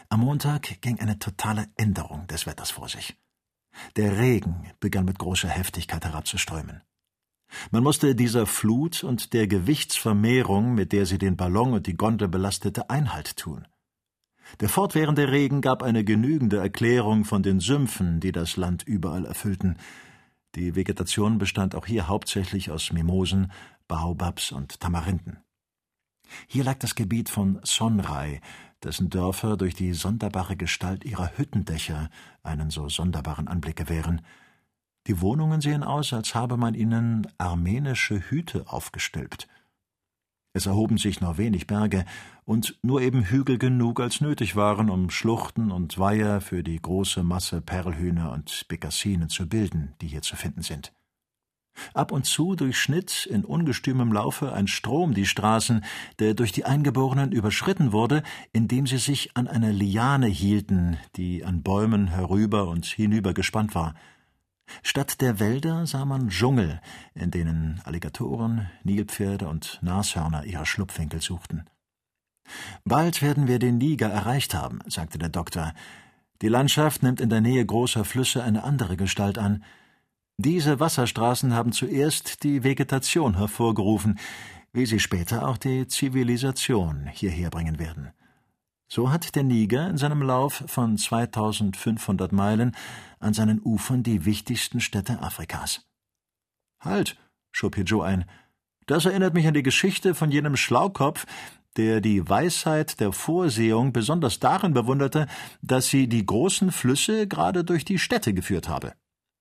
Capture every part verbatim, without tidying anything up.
Am Montag ging eine totale Änderung des Wetters vor sich. Der Regen begann mit großer Heftigkeit herabzuströmen. Man musste dieser Flut und der Gewichtsvermehrung, mit der sie den Ballon und die Gondel belastete, Einhalt tun. Der fortwährende Regen gab eine genügende Erklärung von den Sümpfen, die das Land überall erfüllten. Die Vegetation bestand auch hier hauptsächlich aus Mimosen, Baobabs und Tamarinden. Hier lag das Gebiet von Sonrai, dessen Dörfer durch die sonderbare Gestalt ihrer Hüttendächer einen so sonderbaren Anblick gewähren. Die Wohnungen sehen aus, als habe man ihnen armenische Hüte aufgestülpt. Es erhoben sich nur wenig Berge und nur eben Hügel genug, als nötig waren, um Schluchten und Weiher für die große Masse Perlhühner und Bekassinen zu bilden, die hier zu finden sind. Ab und zu durchschnitt in ungestümem Laufe ein Strom die Straßen, der durch die Eingeborenen überschritten wurde, indem sie sich an einer Liane hielten, die an Bäumen herüber und hinüber gespannt war. Statt der Wälder sah man Dschungel, in denen Alligatoren, Nilpferde und Nashörner ihre Schlupfwinkel suchten. »Bald werden wir den Niger erreicht haben«, sagte der Doktor. »Die Landschaft nimmt in der Nähe großer Flüsse eine andere Gestalt an. Diese Wasserstraßen haben zuerst die Vegetation hervorgerufen, wie sie später auch die Zivilisation hierher bringen werden. So hat der Niger in seinem Lauf von zweitausendfünfhundert Meilen an seinen Ufern die wichtigsten Städte Afrikas.« »Halt«, schob hier Joe ein, »das erinnert mich an die Geschichte von jenem Schlaukopf, der die Weisheit der Vorsehung besonders darin bewunderte, dass sie die großen Flüsse gerade durch die Städte geführt habe.«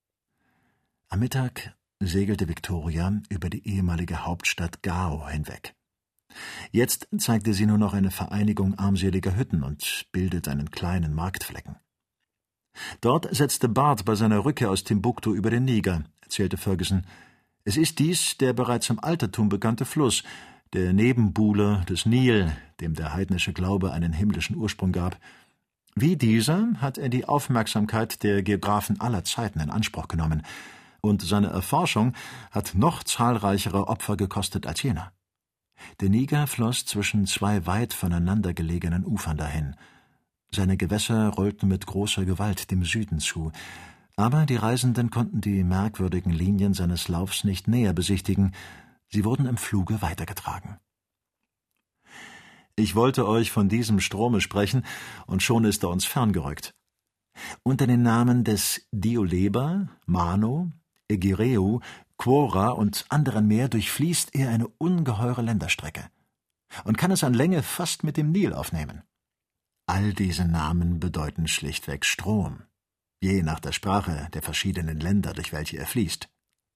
Am Mittag segelte Victoria über die ehemalige Hauptstadt Gao hinweg. Jetzt zeigte sie nur noch eine Vereinigung armseliger Hütten und bildete einen kleinen Marktflecken. Dort setzte Bart bei seiner Rückkehr aus Timbuktu über den Niger, erzählte Ferguson. Es ist dies der bereits im Altertum bekannte Fluss, der Nebenbuhler des Nil, dem der heidnische Glaube einen himmlischen Ursprung gab. Wie dieser hat er die Aufmerksamkeit der Geographen aller Zeiten in Anspruch genommen, und seine Erforschung hat noch zahlreichere Opfer gekostet als jener. Der Niger floss zwischen zwei weit voneinander gelegenen Ufern dahin. Seine Gewässer rollten mit großer Gewalt dem Süden zu, aber die Reisenden konnten die merkwürdigen Linien seines Laufs nicht näher besichtigen, sie wurden im Fluge weitergetragen. »Ich wollte euch von diesem Strome sprechen, und schon ist er uns ferngerückt. Unter den Namen des Dioleba, Mano, Egireu, Quora und anderen mehr durchfließt er eine ungeheure Länderstrecke und kann es an Länge fast mit dem Nil aufnehmen. All diese Namen bedeuten schlichtweg Strom, je nach der Sprache der verschiedenen Länder, durch welche er fließt.«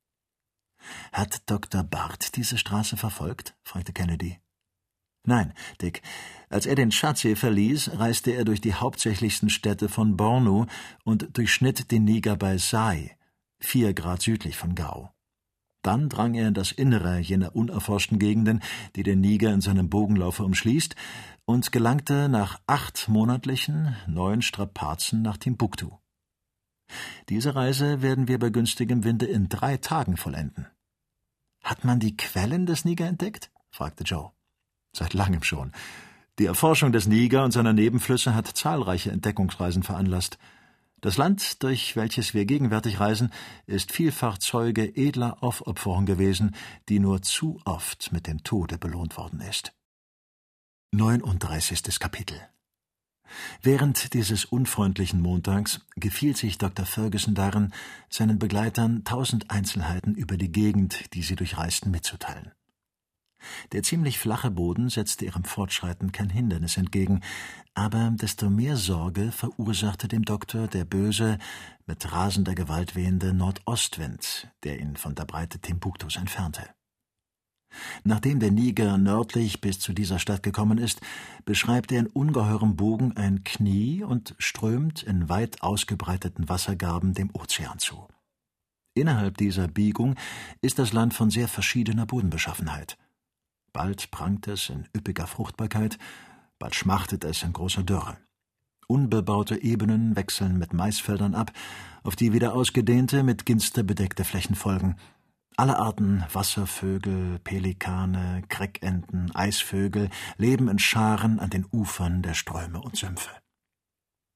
»Hat Doktor Bart diese Straße verfolgt?« fragte Kennedy. »Nein, Dick. Als er den Tschadsee verließ, reiste er durch die hauptsächlichsten Städte von Bornu und durchschnitt den Niger bei Sai, vier Grad südlich von Gao. Dann drang er in das Innere jener unerforschten Gegenden, die der Niger in seinem Bogenlaufe umschließt, und gelangte nach acht monatlichen, neuen Strapazen nach Timbuktu. Diese Reise werden wir bei günstigem Winde in drei Tagen vollenden.« »Hat man die Quellen des Niger entdeckt?« fragte Joe. »Seit langem schon. Die Erforschung des Niger und seiner Nebenflüsse hat zahlreiche Entdeckungsreisen veranlasst. Das Land, durch welches wir gegenwärtig reisen, ist vielfach Zeuge edler Aufopferung gewesen, die nur zu oft mit dem Tode belohnt worden ist.« neununddreißigstes Kapitel. Während dieses unfreundlichen Montags gefiel sich Doktor Ferguson darin, seinen Begleitern tausend Einzelheiten über die Gegend, die sie durchreisten, mitzuteilen. Der ziemlich flache Boden setzte ihrem Fortschreiten kein Hindernis entgegen, aber desto mehr Sorge verursachte dem Doktor der böse, mit rasender Gewalt wehende Nordostwind, der ihn von der Breite Timbuktus entfernte. Nachdem der Niger nördlich bis zu dieser Stadt gekommen ist, beschreibt er in ungeheurem Bogen ein Knie und strömt in weit ausgebreiteten Wassergarben dem Ozean zu. Innerhalb dieser Biegung ist das Land von sehr verschiedener Bodenbeschaffenheit. Bald prangt es in üppiger Fruchtbarkeit, bald schmachtet es in großer Dürre. Unbebaute Ebenen wechseln mit Maisfeldern ab, auf die wieder ausgedehnte, mit Ginster bedeckte Flächen folgen. Alle Arten Wasservögel, Pelikane, Kreckenten, Eisvögel leben in Scharen an den Ufern der Ströme und Sümpfe.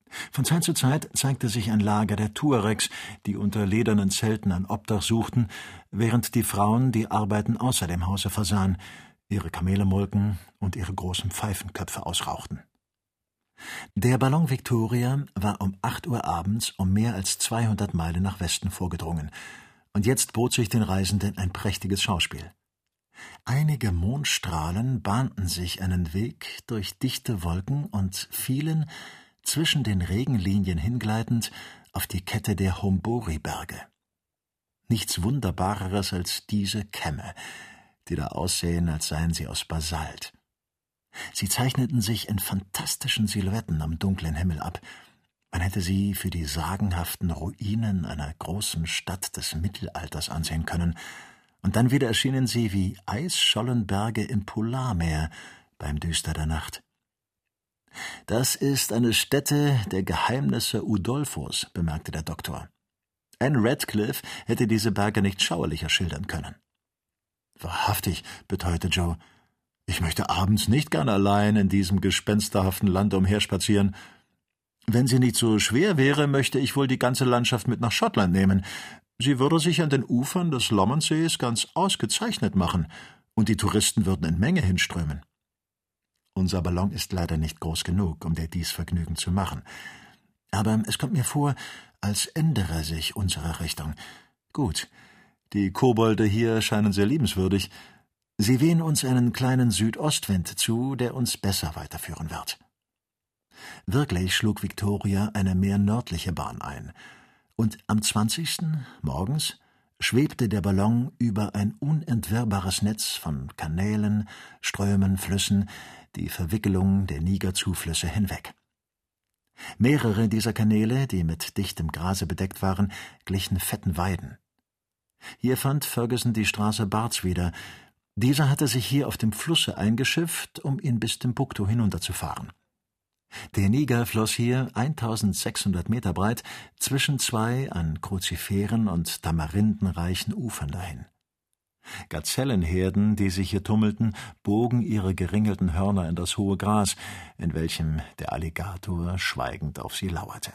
Von Zeit zu Zeit zeigte sich ein Lager der Tuaregs, die unter ledernen Zelten ein Obdach suchten, während die Frauen die Arbeiten außer dem Hause versahen, ihre Kamele molken und ihre großen Pfeifenköpfe ausrauchten. Der Ballon Victoria war um acht Uhr abends um mehr als zweihundert Meilen nach Westen vorgedrungen, und jetzt bot sich den Reisenden ein prächtiges Schauspiel. Einige Mondstrahlen bahnten sich einen Weg durch dichte Wolken und fielen, zwischen den Regenlinien hingleitend, auf die Kette der Hombori-Berge. Nichts Wunderbareres als diese Kämme, die da aussehen, als seien sie aus Basalt. Sie zeichneten sich in fantastischen Silhouetten am dunklen Himmel ab. Man hätte sie für die sagenhaften Ruinen einer großen Stadt des Mittelalters ansehen können, und dann wieder erschienen sie wie Eisschollenberge im Polarmeer beim Düster der Nacht. »Das ist eine Stätte der Geheimnisse Udolphos«, bemerkte der Doktor. Anne Radcliffe hätte diese Berge nicht schauerlicher schildern können. »Wahrhaftig«, beteuerte Joe, »ich möchte abends nicht gern allein in diesem gespensterhaften Land umherspazieren. Wenn sie nicht so schwer wäre, möchte ich wohl die ganze Landschaft mit nach Schottland nehmen. Sie würde sich an den Ufern des Lomondsees ganz ausgezeichnet machen, und die Touristen würden in Menge hinströmen.« »Unser Ballon ist leider nicht groß genug, um dir dies Vergnügen zu machen. Aber es kommt mir vor, als ändere sich unsere Richtung. Gut, die Kobolde hier scheinen sehr liebenswürdig. Sie wehen uns einen kleinen Südostwind zu, der uns besser weiterführen wird.« Wirklich schlug Victoria eine mehr nördliche Bahn ein, und am zwanzigsten morgens schwebte der Ballon über ein unentwirrbares Netz von Kanälen, Strömen, Flüssen, die Verwickelung der Nigerzuflüsse hinweg. Mehrere dieser Kanäle, die mit dichtem Grase bedeckt waren, glichen fetten Weiden. Hier fand Ferguson die Straße Barts wieder. Dieser hatte sich hier auf dem Flusse eingeschifft, um ihn bis Timbuktu hinunterzufahren. Der Niger floss hier eintausendsechshundert Meter breit zwischen zwei an Kruziferen und tamarindenreichen Ufern dahin. Gazellenherden, die sich hier tummelten, bogen ihre geringelten Hörner in das hohe Gras, in welchem der Alligator schweigend auf sie lauerte.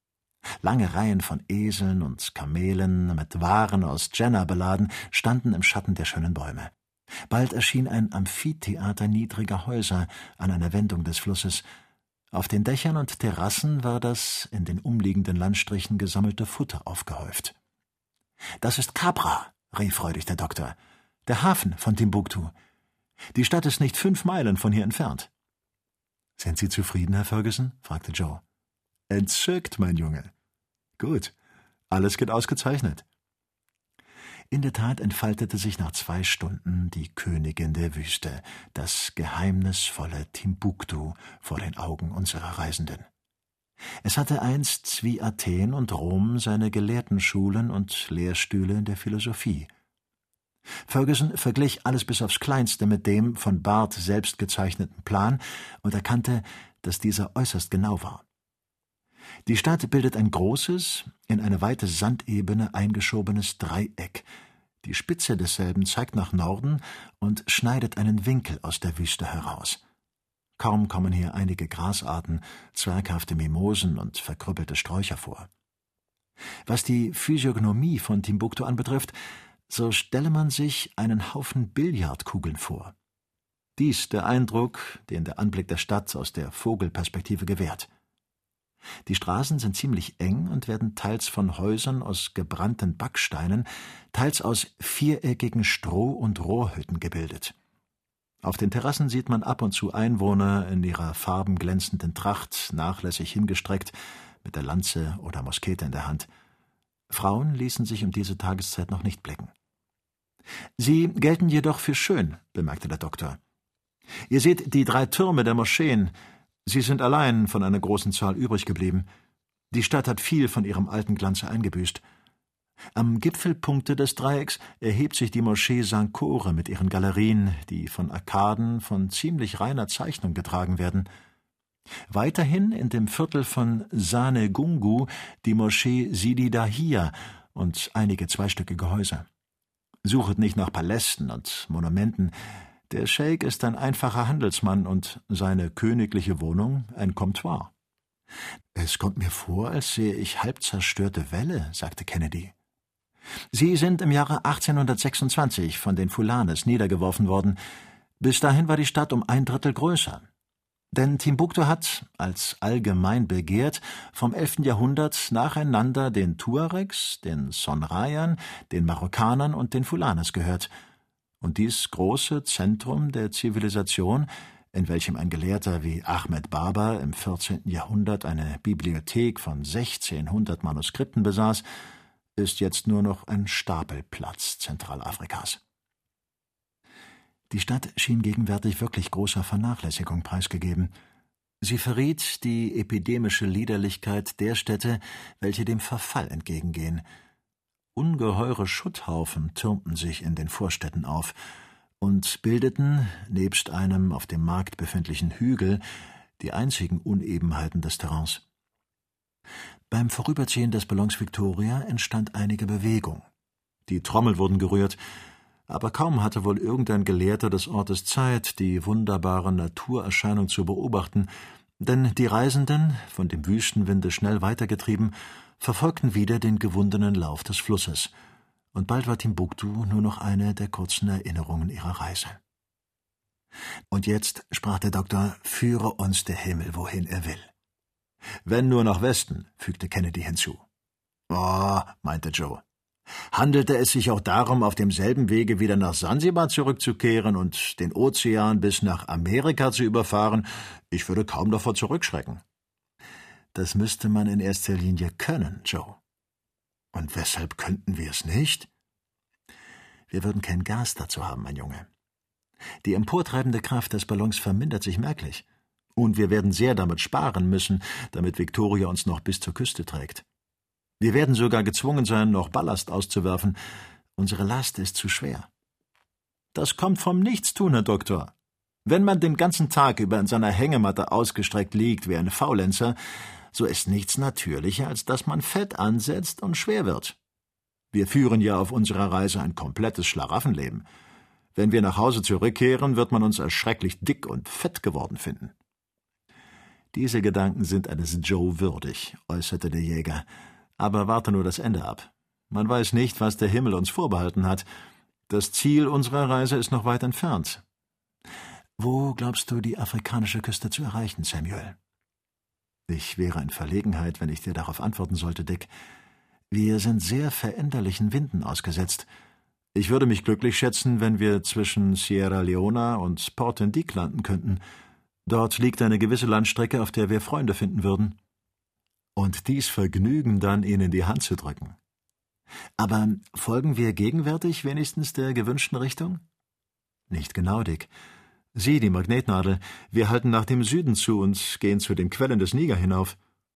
Lange Reihen von Eseln und Kamelen mit Waren aus Djenna beladen standen im Schatten der schönen Bäume. Bald erschien ein Amphitheater niedriger Häuser an einer Wendung des Flusses. Auf den Dächern und Terrassen war das in den umliegenden Landstrichen gesammelte Futter aufgehäuft. »Das ist Capra«, rief freudig der Doktor, »der Hafen von Timbuktu. Die Stadt ist nicht fünf Meilen von hier entfernt.« »Sind Sie zufrieden, Herr Ferguson?« fragte Joe. »Entzückt, mein Junge.« »Gut, alles geht ausgezeichnet.« In der Tat entfaltete sich nach zwei Stunden die Königin der Wüste, das geheimnisvolle Timbuktu, vor den Augen unserer Reisenden. Es hatte einst wie Athen und Rom seine Gelehrtenschulen und Lehrstühle in der Philosophie. Ferguson verglich alles bis aufs Kleinste mit dem von Bart selbst gezeichneten Plan und erkannte, dass dieser äußerst genau war. Die Stadt bildet ein großes, in eine weite Sandebene eingeschobenes Dreieck. Die Spitze desselben zeigt nach Norden und schneidet einen Winkel aus der Wüste heraus. Kaum kommen hier einige Grasarten, zwerghafte Mimosen und verkrüppelte Sträucher vor. Was die Physiognomie von Timbuktu anbetrifft, so stelle man sich einen Haufen Billardkugeln vor. Dies der Eindruck, den der Anblick der Stadt aus der Vogelperspektive gewährt. Die Straßen sind ziemlich eng und werden teils von Häusern aus gebrannten Backsteinen, teils aus viereckigen Stroh- und Rohrhütten gebildet. Auf den Terrassen sieht man ab und zu Einwohner in ihrer farbenglänzenden Tracht nachlässig hingestreckt, mit der Lanze oder Muskete in der Hand. Frauen ließen sich um diese Tageszeit noch nicht blicken. »Sie gelten jedoch für schön«, bemerkte der Doktor. »Ihr seht die drei Türme der Moscheen. Sie sind allein von einer großen Zahl übrig geblieben. Die Stadt hat viel von ihrem alten Glanze eingebüßt. Am Gipfelpunkte des Dreiecks erhebt sich die Moschee Sankt Chore mit ihren Galerien, die von Arkaden von ziemlich reiner Zeichnung getragen werden. Weiterhin in dem Viertel von Sane Gungu die Moschee Sidi Dahia und einige zweistöckige Häuser. Suchet nicht nach Palästen und Monumenten. Der Scheik ist ein einfacher Handelsmann und seine königliche Wohnung ein Comptoir. »Es kommt mir vor, als sehe ich halb zerstörte Wälle«, sagte Kennedy. »Sie sind im Jahre achtzehnhundertsechsundzwanzig von den Fulanes niedergeworfen worden. Bis dahin war die Stadt um ein Drittel größer. Denn Timbuktu hat, als allgemein begehrt, vom elften Jahrhundert nacheinander den Tuaregs, den Sonrayern, den Marokkanern und den Fulanes gehört. Und dies große Zentrum der Zivilisation, in welchem ein Gelehrter wie Ahmed Baba im vierzehnten Jahrhundert eine Bibliothek von sechzehnhundert Manuskripten besaß, ist jetzt nur noch ein Stapelplatz Zentralafrikas.« Die Stadt schien gegenwärtig wirklich großer Vernachlässigung preisgegeben. Sie verriet die epidemische Liederlichkeit der Städte, welche dem Verfall entgegengehen. Ungeheure Schutthaufen türmten sich in den Vorstädten auf und bildeten, nebst einem auf dem Markt befindlichen Hügel, die einzigen Unebenheiten des Terrains. Beim Vorüberziehen des Ballons Victoria entstand einige Bewegung. Die Trommel wurden gerührt, aber kaum hatte wohl irgendein Gelehrter des Ortes Zeit, die wunderbare Naturerscheinung zu beobachten, denn die Reisenden, von dem Wüstenwinde schnell weitergetrieben, verfolgten wieder den gewundenen Lauf des Flusses, und bald war Timbuktu nur noch eine der kurzen Erinnerungen ihrer Reise. »Und jetzt«, sprach der Doktor, »führe uns der Himmel, wohin er will.« »Wenn nur nach Westen«, fügte Kennedy hinzu. »Oh«, meinte Joe, »handelte es sich auch darum, auf demselben Wege wieder nach Sansibar zurückzukehren und den Ozean bis nach Amerika zu überfahren, ich würde kaum davor zurückschrecken.« »Das müsste man in erster Linie können, Joe.« »Und weshalb könnten wir es nicht?« »Wir würden kein Gas dazu haben, mein Junge. Die emportreibende Kraft des Ballons vermindert sich merklich. Und wir werden sehr damit sparen müssen, damit Victoria uns noch bis zur Küste trägt. Wir werden sogar gezwungen sein, noch Ballast auszuwerfen. Unsere Last ist zu schwer.« »Das kommt vom Nichtstun, Herr Doktor. Wenn man den ganzen Tag über in seiner Hängematte ausgestreckt liegt wie ein Faulenzer, so ist nichts natürlicher, als dass man Fett ansetzt und schwer wird. Wir führen ja auf unserer Reise ein komplettes Schlaraffenleben. Wenn wir nach Hause zurückkehren, wird man uns erschrecklich dick und fett geworden finden.« »Diese Gedanken sind eines Joe würdig«, äußerte der Jäger, »aber warte nur das Ende ab. Man weiß nicht, was der Himmel uns vorbehalten hat. Das Ziel unserer Reise ist noch weit entfernt. Wo glaubst du, die afrikanische Küste zu erreichen, Samuel?« »Ich wäre in Verlegenheit, wenn ich dir darauf antworten sollte, Dick. Wir sind sehr veränderlichen Winden ausgesetzt. Ich würde mich glücklich schätzen, wenn wir zwischen Sierra Leona und Port-Indique landen könnten. Dort liegt eine gewisse Landstrecke, auf der wir Freunde finden würden.« »Und dies Vergnügen dann ihnen die Hand zu drücken. Aber folgen wir gegenwärtig wenigstens der gewünschten Richtung?« »Nicht genau, Dick. Sieh die Magnetnadel. Wir halten nach dem Süden zu und gehen zu den Quellen des Niger hinauf.